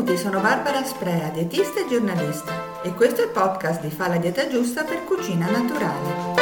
Benvenuti, sono Barbara Sprea, dietista e giornalista e questo è il podcast di Fa la dieta giusta per cucina naturale.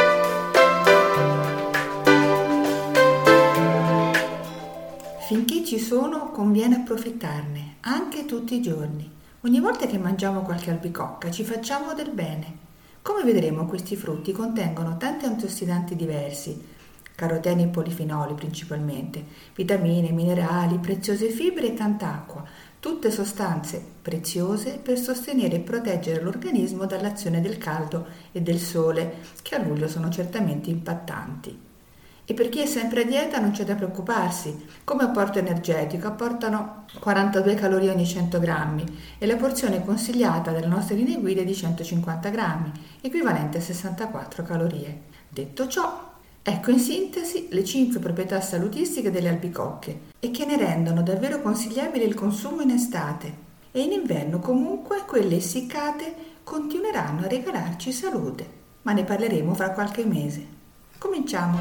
Finché ci sono conviene approfittarne, anche tutti i giorni. Ogni volta che mangiamo qualche albicocca ci facciamo del bene. Come vedremo, questi frutti contengono tanti antiossidanti diversi, caroteni e polifenoli principalmente, vitamine, minerali, preziose fibre e tanta acqua, tutte sostanze preziose per sostenere e proteggere l'organismo dall'azione del caldo e del sole, che a luglio sono certamente impattanti. E per chi è sempre a dieta non c'è da preoccuparsi. Come apporto energetico apportano 42 calorie ogni 100 grammi e la porzione consigliata dalle nostre linee guida è di 150 grammi, equivalente a 64 calorie. Detto ciò, ecco in sintesi le 5 proprietà salutistiche delle albicocche e che ne rendono davvero consigliabile il consumo in estate. E in inverno comunque quelle essiccate continueranno a regalarci salute, ma ne parleremo fra qualche mese. Cominciamo!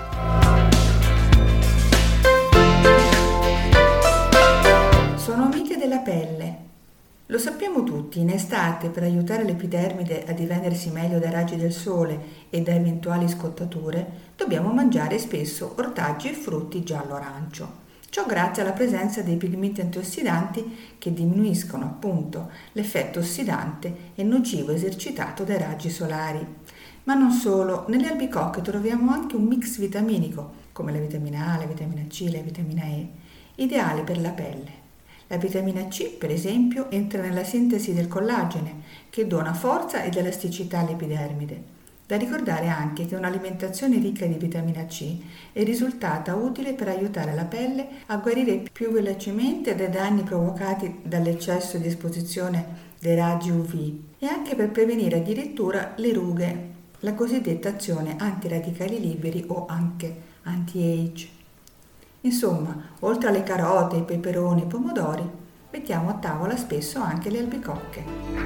Sono amiche della pelle. Lo sappiamo tutti, in estate per aiutare l'epidermide a difendersi meglio dai raggi del sole e da eventuali scottature, dobbiamo mangiare spesso ortaggi e frutti giallo-arancio. Ciò grazie alla presenza dei pigmenti antiossidanti che diminuiscono appunto l'effetto ossidante e nocivo esercitato dai raggi solari. Ma non solo, nelle albicocche troviamo anche un mix vitaminico, come la vitamina A, la vitamina C, la vitamina E, ideale per la pelle. La vitamina C, per esempio, entra nella sintesi del collagene, che dona forza ed elasticità all'epidermide. Da ricordare anche che un'alimentazione ricca di vitamina C è risultata utile per aiutare la pelle a guarire più velocemente dai danni provocati dall'eccesso di esposizione dei raggi UV e anche per prevenire addirittura le rughe, la cosiddetta azione antiradicali liberi o anche anti-age. Insomma, oltre alle carote, i peperoni e i pomodori, mettiamo a tavola spesso anche le albicocche.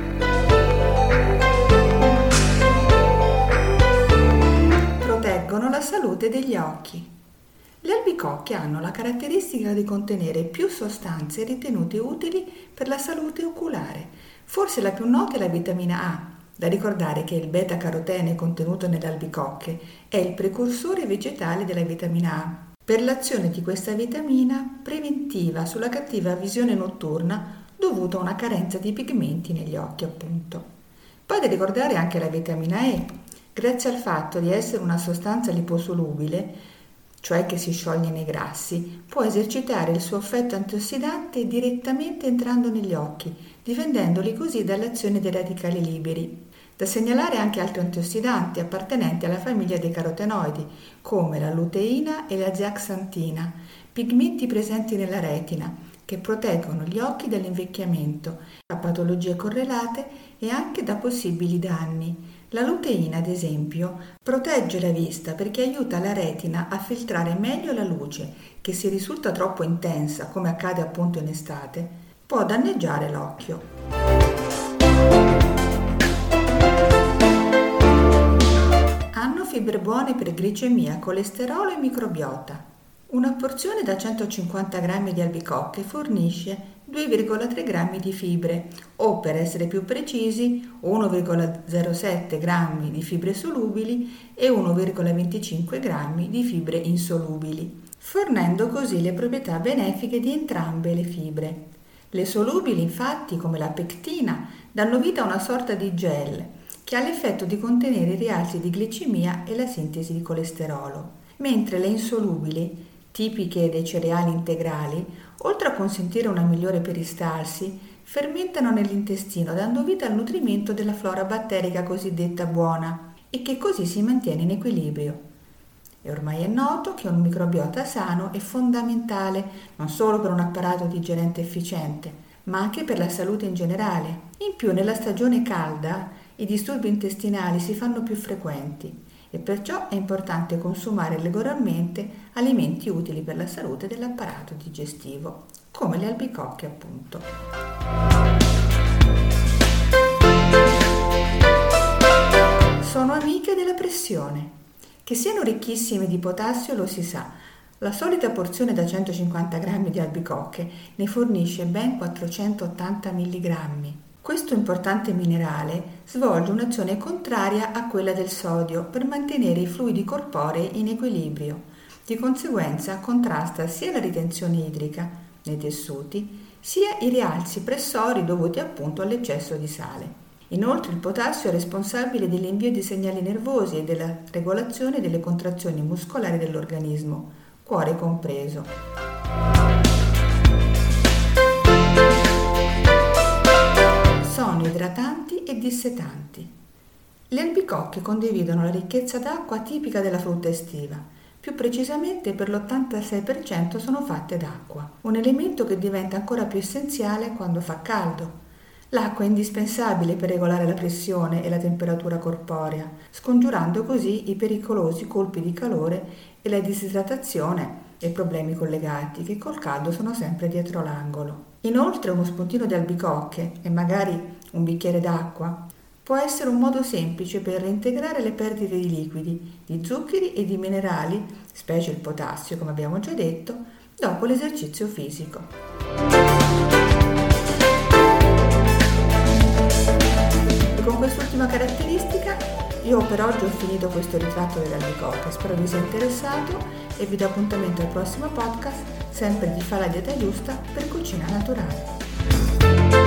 Proteggono la salute degli occhi. Le albicocche hanno la caratteristica di contenere più sostanze ritenute utili per la salute oculare. Forse la più nota è la vitamina A. Da ricordare che il beta-carotene contenuto nelle albicocche è il precursore vegetale della vitamina A, per l'azione di questa vitamina preventiva sulla cattiva visione notturna dovuta a una carenza di pigmenti negli occhi, appunto. Poi da ricordare anche la vitamina E, grazie al fatto di essere una sostanza liposolubile, cioè che si scioglie nei grassi, può esercitare il suo effetto antiossidante direttamente entrando negli occhi, difendendoli così dall'azione dei radicali liberi. Da segnalare anche altri antiossidanti appartenenti alla famiglia dei carotenoidi, come la luteina e la zeaxantina, pigmenti presenti nella retina, che proteggono gli occhi dall'invecchiamento, da patologie correlate e anche da possibili danni. La luteina, ad esempio, protegge la vista perché aiuta la retina a filtrare meglio la luce, che se risulta troppo intensa, come accade appunto in estate, può danneggiare l'occhio. Hanno fibre buone per glicemia, colesterolo e microbiota. Una porzione da 150 grammi di albicocche fornisce 2,3 grammi di fibre, o per essere più precisi 1,07 grammi di fibre solubili e 1,25 grammi di fibre insolubili, fornendo così le proprietà benefiche di entrambe le fibre. Le solubili, infatti, come la pectina, danno vita a una sorta di gel che ha l'effetto di contenere i rialzi di glicemia e la sintesi di colesterolo, mentre le insolubili, tipiche dei cereali integrali, oltre a consentire una migliore peristalsi, fermentano nell'intestino dando vita al nutrimento della flora batterica cosiddetta buona e che così si mantiene in equilibrio. E ormai è noto che un microbiota sano è fondamentale non solo per un apparato digerente efficiente, ma anche per la salute in generale. In più, nella stagione calda i disturbi intestinali si fanno più frequenti e perciò è importante consumare regolarmente alimenti utili per la salute dell'apparato digestivo, come le albicocche appunto. Sono amiche della pressione. Che siano ricchissime di potassio lo si sa, La solita porzione da 150 g di albicocche ne fornisce ben 480 mg. Questo importante minerale svolge un'azione contraria a quella del sodio per mantenere i fluidi corporei in equilibrio. Di conseguenza contrasta sia la ritenzione idrica nei tessuti, sia i rialzi pressori dovuti appunto all'eccesso di sale. Inoltre il potassio è responsabile dell'invio di segnali nervosi e della regolazione delle contrazioni muscolari dell'organismo, cuore compreso. Sono idratanti e dissetanti. Le albicocche condividono la ricchezza d'acqua tipica della frutta estiva. Più precisamente per l'86% sono fatte d'acqua, un elemento che diventa ancora più essenziale quando fa caldo. L'acqua è indispensabile per regolare la pressione e la temperatura corporea, scongiurando così i pericolosi colpi di calore e la disidratazione e problemi collegati che col caldo sono sempre dietro l'angolo. Inoltre uno spuntino di albicocche e magari un bicchiere d'acqua può essere un modo semplice per reintegrare le perdite di liquidi, di zuccheri e di minerali, specie il potassio come abbiamo già detto, dopo l'esercizio fisico. Con quest'ultima caratteristica io per oggi ho finito questo ritratto dell'albicocca, spero vi sia interessato e vi do appuntamento al prossimo podcast, sempre di Fa la dieta giusta per cucina naturale.